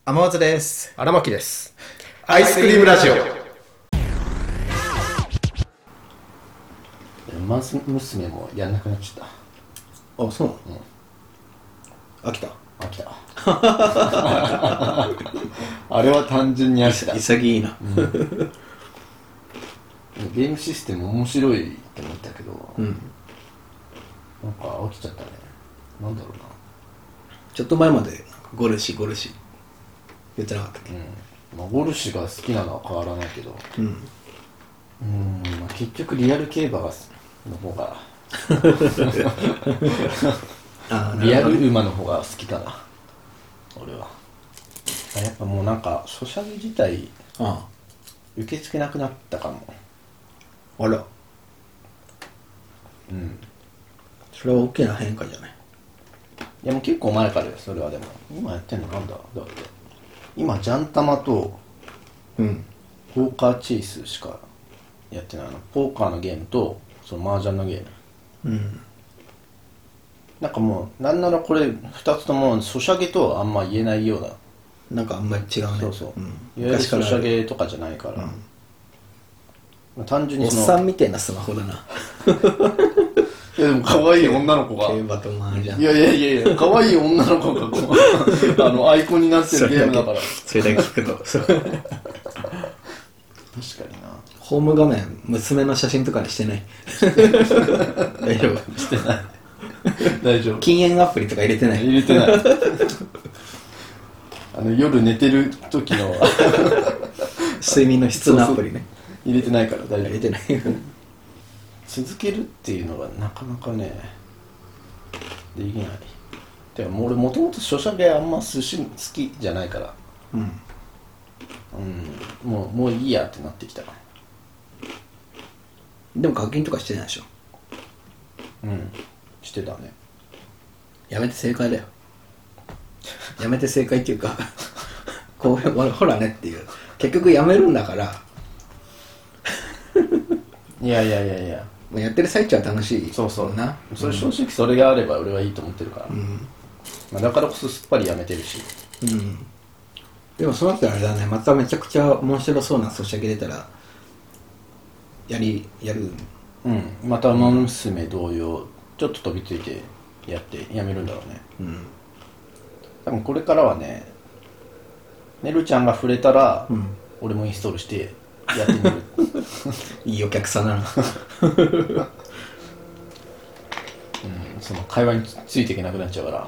天松です。 荒牧です。 アイスクリームラジオ。 ウマ娘もやんなくなっちゃった。 あ、そうなの？飽きた。 あれは単純に飽きた。 潔いな、 ゲームシステム面白いって思ったけど、なんか飽きちゃったね。なんだろうな。 ちょっと前までゴルシ言ってなかったっけ？ ゴルシが好きなのは変わらないけど、結局リアル競馬の方がリアル馬の方が好きかな、俺は。やっぱもうなんかソシャゲ自体受け付けなくなったかも。 あら、それは大きな変化じゃない？ いやもう結構前からよ、それは。でも今やってんのなんだだって、今ジャンタマとポーカーチェイスしかやってない。ポーカーのゲームとその麻雀のゲーム、なんかもうなんならこれ2つともソシャゲとはあんま言えないような、 なんかあんまり違うね。 そうそう、いわゆるソシャゲとかじゃないから、単純におっさんみたいなスマホだな。 いやでも可愛い女の子が競馬と麻雀。 いや可愛い女の子がこうアイコンになってるゲームだから。 それだけ聞くと確かにな。 ホーム画面娘の写真とかにしてない？大丈夫？ してない。大丈夫。 禁煙アプリとか入れてない？ 入れてない。夜寝てる時の睡眠の質のアプリね。 入れてないから大丈夫。 入れてない。 続けるっていうのがなかなかねできない。てかもう俺もともとソシャゲあんま好きじゃないから、もういいやってなってきた。 でも課金とかしてないでしょ？ してたね。 やめて正解だよ。やめて正解っていうかこうほらねっていう、結局やめるんだから。 いやもうやってる最中は楽しい。 そうな。 それ正直それがあれば俺はいいと思ってるから、だからこそすっぱりやめてるし。 でもそうなったらあれだね、まためちゃくちゃ面白そうなソシャゲ出たらやる。 また馬娘同様ちょっと飛びついてやってやめるんだろうね。多分これからはね、ねるちゃんが触れたら、俺もインストールしてやってみる。 いいお客さんだな。 その会話についていけなくなっちゃうから。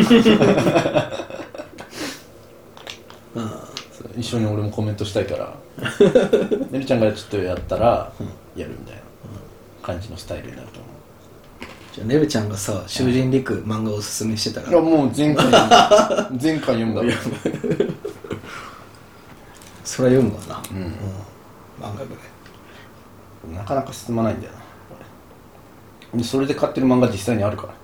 一緒に俺もコメントしたいから、ねるちゃんがちょっとやったらやるみたいな感じのスタイルになると思う。 じゃあねるちゃんがさ、囚人陸漫画をおすすめしてたら。 いやもう前回読んだ。 それは読むわな。漫画ぐらい。 なかなか進まないんだよな。でそれで買ってる漫画実際にあるから。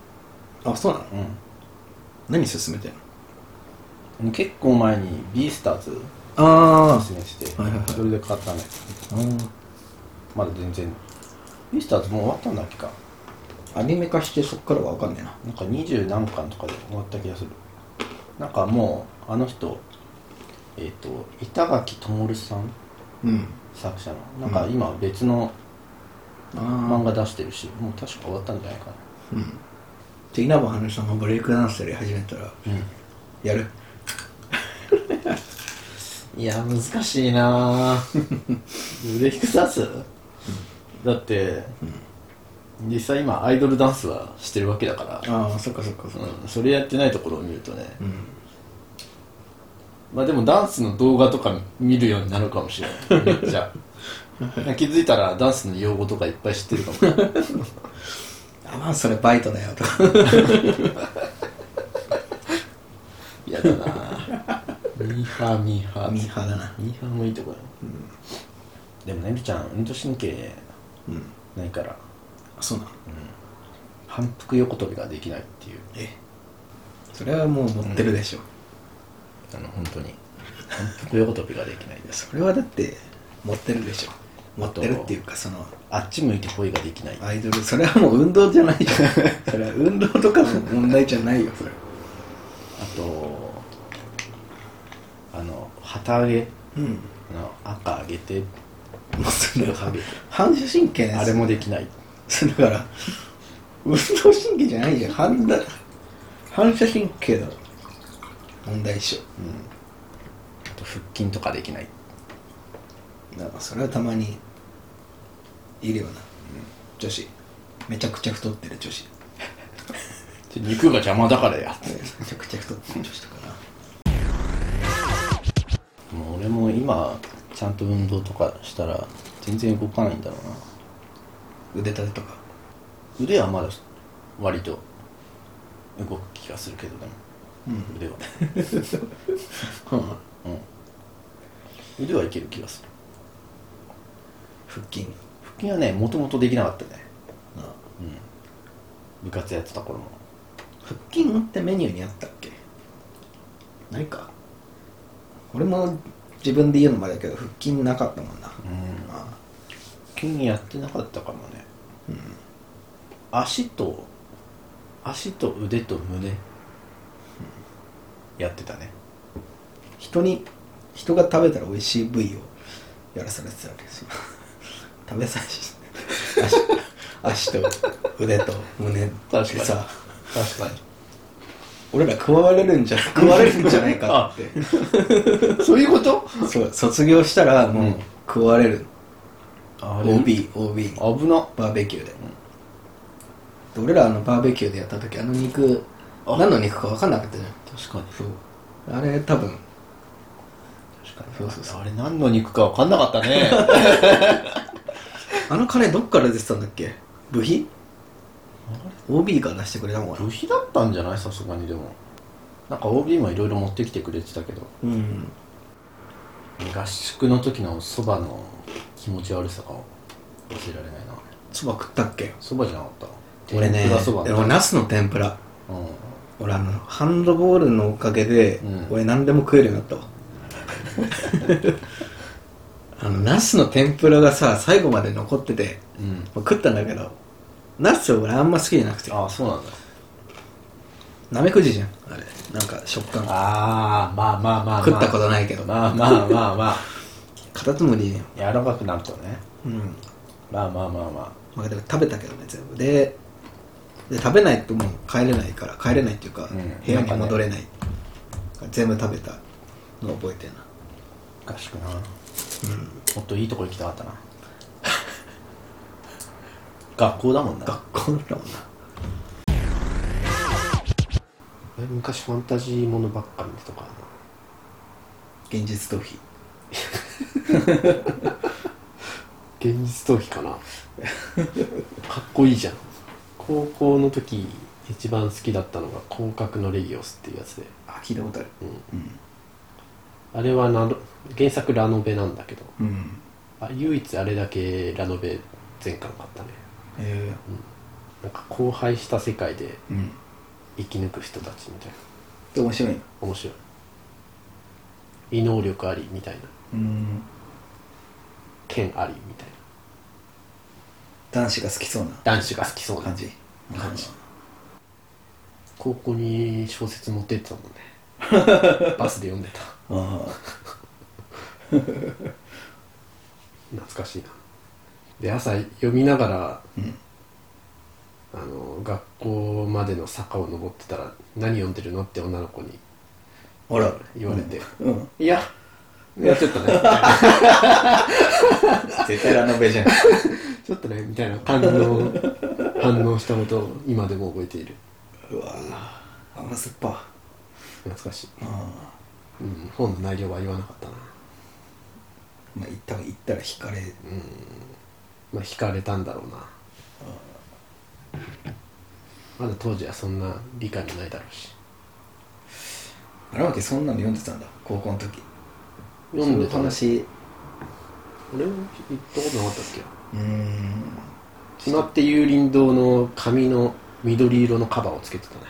あ、そうなの？何進めてんの？ 結構前にビースターズおすすめして、 それで買ったね。まだ全然ビースターズもう終わったんだっけか。 アニメ化してそっからは分かんねえな。 なんか20何巻とかで終わった気がする。なんかもうあの人板垣退さん、作者のなんか今別の漫画出してるし、もう確か終わったんじゃないかな。 で稲葉花さんがブレイクダンスで始めたら、やる？ いや難しいなブレイクダンスだって、実際今アイドルダンスはしてるわけだから。 そっか、 それやってないところを見るとね、まあでもダンスの動画とか見るようになるかもしれない。めっちゃ気づいたらダンスの用語とかいっぱい知ってるかもしれない。 まあそれバイトだよとか。 やだなミーハーだな。 ミーハーもいいとこよ。でもねるちゃん運動神経ないから。 そうなの？ 反復横跳びができないっていう。 それはもう持ってるでしょ。 本当に反復横跳びができないです。 それはだって持ってるでしょ。持ってるっていうか、そのあっち向いて恋ができないアイドル、それはもう運動じゃないじゃん。それは運動とかの問題じゃないよ。それあと旗揚げうんの赤上げてもうそれは上げて反射神経のやつあれもできない。 だから運動神経じゃないじゃん。反射神経の問題でしょ。 あと腹筋とかできない。 だからそれはたまにいるよな、女子めちゃくちゃ太ってる女子肉が邪魔だからやって。 めちゃくちゃ太ってる女子とかな。 もう俺も今ちゃんと運動とかしたら全然動かないんだろうな。 腕立てとか腕はまだ割と動く気がするけど、でも、腕は腕はいける気がする。 腹筋腹筋はね、もともとできなかったね。 なあ部活やってた頃も。 腹筋ってメニューにあったっけ。ないか。俺も自分で言うのもあれだけど腹筋なかったもんな。 腹筋やってなかったかもね。足と腕と胸、やってたね。 人が食べたら美味しい部位をやらされてたわけですよ食べさせ足と腕と胸ってさ、 確かに俺ら食われるんじゃないかってそういうこと？ そう卒業したらもう食われる、 あれ OB に危な。 バーベキューで、で俺らバーベキューでやった時肉何の肉か分かんなかったじゃん。 確かに。 そうあれ多分そうあれ何の肉か分かんなかったね金どっから出てたんだっけ。部費 OB から出してくれたもんな。 部費だったんじゃない？さすがに。でもなんか OB もいろいろ持ってきてくれてたけど、合宿の時のそばの気持ち悪さが忘れられないな。 そば食ったっけ。 そばじゃなかった。 俺ね、 天ぷらそば。 俺ナスの天ぷら、俺ハンドボールのおかげで、俺何でも食えるようになったわナスの天ぷらがさ最後まで残ってて、食ったんだけど、ナス俺あんま好きじゃなくて。 ああ、そうなんだ。 なめくじじゃんあれ、なんか食感。 ああ、まあ食ったことないけど、 まあカタツムリね。 柔らかくなるとね。まあだから食べたけどね全部で食べないともう帰れないっていうか、部屋に戻れない、全部食べたのを覚えてるな。 合宿な。もっといいとこ行きたかったな学校だもんな。 学校だもんな。 昔ファンタジーものばっかり見てたからな。 現実逃避現実逃避かなかっこいいじゃん。高校の時一番好きだったのが広角のレギオスっていうやつで、 聞いたことある。 あれは原作ラノベなんだけど、 うん唯一あれだけラノベ全巻買ったね。なんか荒廃した世界で生き抜く人たちみたいな。 で面白いの。 面白い。異能力ありみたいな、剣ありみたいな。 男子が好きそうな男子が好きそうな感じ。 高校に小説持ってってたもんねバスで読んでた。懐かしいな。で朝読みながら、学校までの坂を登ってたら何読んでるのって女の子に言われて、いやちょっとね絶対ラノベじゃんちょっとねみたいな反応したことを今でも覚えている。 うわ甘酸っぱ。 懐かしい。本の内容は言わなかったな。 まあ多分行ったら惹かれ、 まあ惹かれたんだろうな。まだ当時はそんな理解もないだろうし。 荒牧そんなの読んでたんだ高校の時。 読んでたね。 話俺も言ったことなかったっけ。決まって有林堂の紙の緑色のカバーをつけてたね。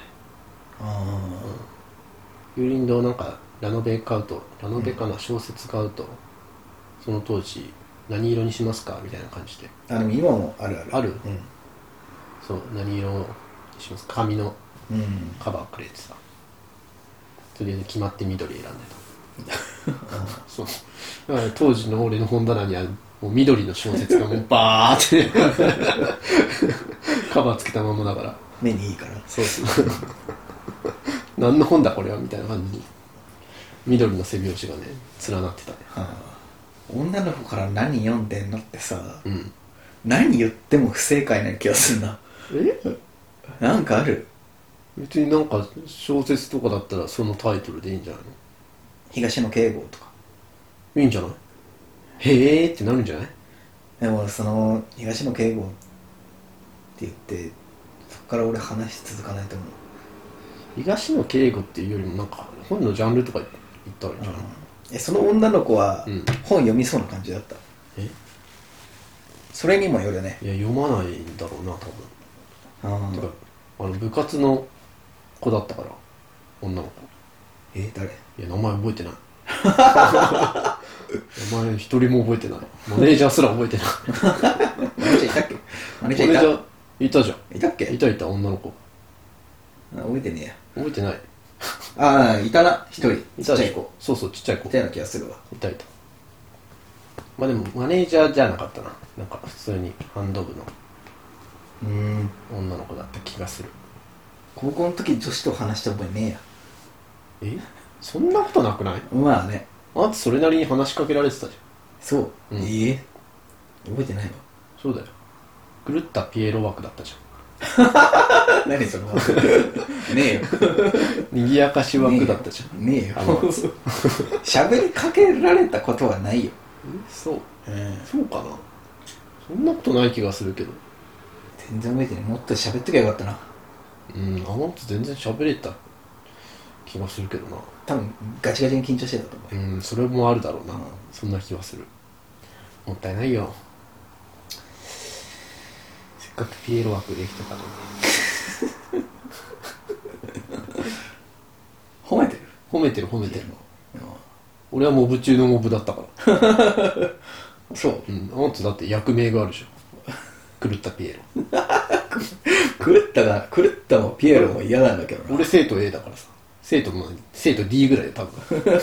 有林堂なんかラノベ買うと、ラノベかな、小説買うとその当時何色にしますかみたいな感じで。 でも今もある。 そう何色にしますか、紙のカバーくれてさ、とりあえず決まって緑選んでたそうだから当時の俺の本棚にはもう緑の小説がもうバーってカバーつけたままだから。 目にいいから。 そうそう何の本だこれはみたいな感じに緑の背表紙がね連なってたね。 はあ、女の子から何読んでんのってさ、 うん、 何言っても不正解な気がするな。なんかある？ 別になんか小説とかだったらそのタイトルでいいんじゃないの？ 東野圭吾とかいいんじゃない？へーってなるんじゃない？ でもその東野圭吾って言ってそっから俺話続かないと思う。 東野圭吾っていうよりもなんか本のジャンルとか言ったらいいんじゃない？ その女の子はうん本読みそうな感じだった。それにもよるね。 いや読まないんだろうな多分。てか部活の子だったから女の子。 誰？ いや名前覚えてない名前一人も覚えてない。マネージャーすら覚えてないマネージャーいたっけ？マネージャーいた？ マネージャーいたじゃん。 いたっけ？ いた女の子。 覚えてねえや。 覚えてない。 ああ、いたな、一人。 いちったちゃい子。 そうそうちっちゃい子いたような気がするわ。 いた。まあでもマネージャーじゃなかったな。なんか普通にハンド部の女の子だった気がする。 高校の時女子と話した覚えねそんなことなくない？ えや。まあね。 あんたそれなりに話しかけられてたじそう、 うん、 覚えてないわ。 そうだよ。狂ったピエロ枠だったじゃん何その枠ねえよ賑やかし枠だったじゃん。 ねえよ喋りかけられたことはないよ。 そう、そうかな。そんなことない気がするけど。 全然覚えてない。もっと喋っときゃよかったな。 あの後全然喋れた気がするけどな。 多分ガチガチに緊張してたと思う。 それもあるだろうな、そんな気はする。もったいないよ。せっかくピエロ枠できてたのに褒めてる？ 褒めてる俺はモブ中のモブだったからそう、 あんただって役名があるじゃん。狂ったピエロ狂ったもピエロも嫌なんだけどな。 俺生徒 A だからさ。生徒 D ぐらいで多分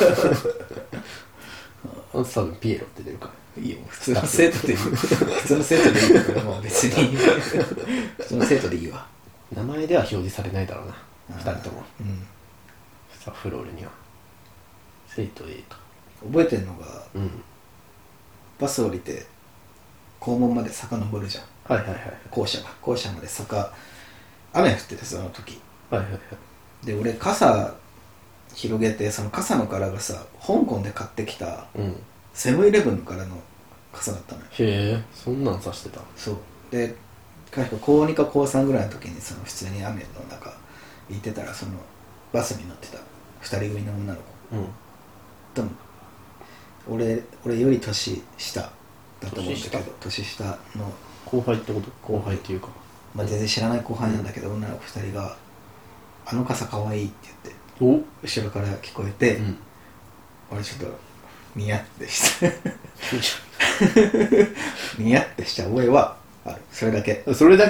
あんた多分ピエロって出るから。 いいよ、普通の生徒でいい普通の生徒でいいよ。これもう別に普通の生徒でいいわ。 名前では表示されないだろうな2人とも。さフロールには生徒 A と覚えてんのが、バス降りて校門まで遡るじゃん。校舎まで雨降っててその時。で俺傘広げて、その傘の柄がさ香港で買ってきたセブンイレブンの柄の傘だったのよ。 へえ、そんなんさしてた。 そうで、確か高2か高3ぐらいの時にその普通に雨の中行ってたら、そのバスに乗ってた2人組の女の子、多分俺より年下だと思うんだけど、年下の後輩ってこと？後輩っていうか、 まあ、全然知らない後輩なんだけど、女の子2人が「あの傘かわいい」って言って後ろから聞こえて、俺ちょっとニヤってしてニヤってした覚えはある。それだけ。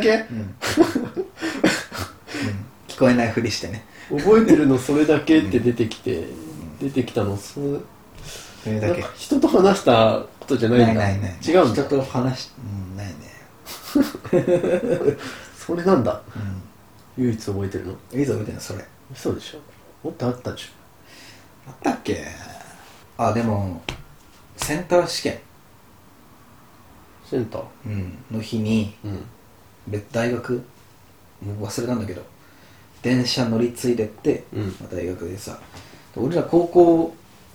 聞こえないふりしてね。 覚えてるのそれだけって出てきて、出てきたのそれだけ。 人と話したことじゃないんだ。 ない違うんだ。 人と話し、ないねそれなんだ、唯一覚えてるの。 唯一覚えてるのそれ。 そうでしょ。もっとあったでしょ。あったっけ。あ、でもセンター試験の日に、大学もう忘れたんだけど、電車乗り継いでって、大学でさ、俺ら高校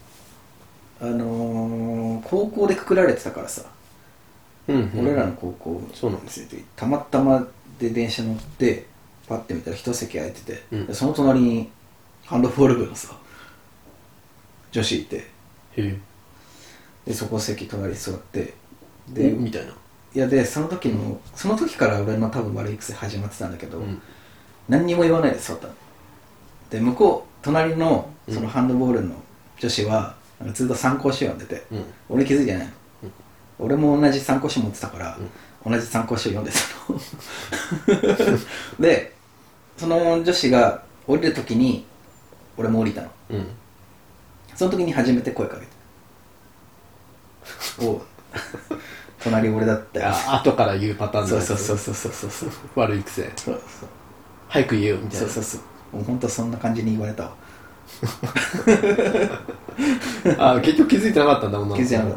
高校でくくられてたからさ、俺らの高校そうなんですよ。 たまたまで電車乗ってパッて見たら一席空いてて、でその隣にハンドボール部のさ女子いて、でそこ席隣座ってでみたいな。 いやでその時から俺の多分悪い癖始まってたんだけど、何にも言わないで座ったの。で向こう隣のそのハンドボールの女子はずっと参考書読んでて、俺気づいてないの。俺も同じ参考書持ってたから、同じ参考書読んでたのでその女子が降りる時に俺も降りたの、その時に初めて声かけて、 お隣俺だったよ。 後から言うパターンのやつ。 そう悪い癖。 そう早く言えよみたいな。 もうほんとそんな感じに言われたわ。 結局気づいてなかったんだ、女の子。 気づいてなかった、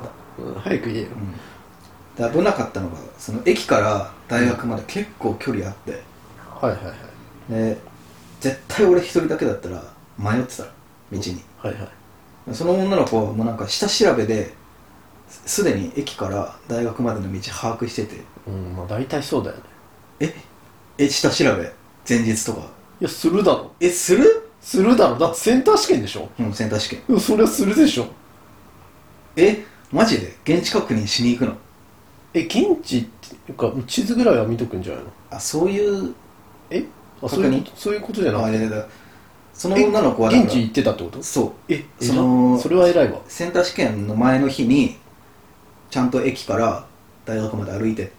早く言えよ。 で危なかったのが、その駅から大学まで結構距離あって、で絶対俺一人だけだったら迷ってたら道に、その女の子はもうなんか下調べですでに駅から大学までの道把握してて、 まあ大体そうだよね。 下調べ前日とか。 いや、するだろ。 するだろ。だってセンター試験でしょ。 センター試験。 いや、それはするでしょ。 マジで現地確認しに行くの？ 現地っていうか地図ぐらいは見とくんじゃないの？ そういう確認？そういうことじゃなくて、 その女の子は現地行ってたってこと？ そう。 それは偉いわ。 センター試験の前の日にちゃんと駅から大学まで歩いてって、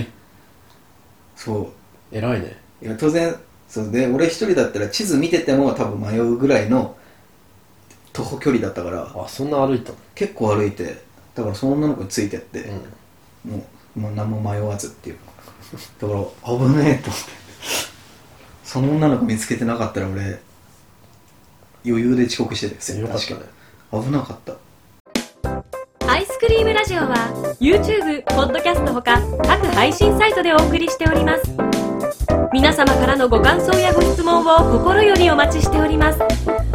そう偉いね。 いや当然そうで、俺一人だったら地図見てても多分迷うぐらいの徒歩距離だったから。 そんな歩いたの？ 結構歩いて、だからその女の子についてって、もう何も迷わずっていうだから危ねえと思って、その女の子見つけてなかったら俺余裕で遅刻してて、 よかったね。 危なかった。 アイスクリームラジオは YouTube、ポッドキャストほか各配信サイトでお送りしております。皆様からのご感想やご質問を心よりお待ちしております。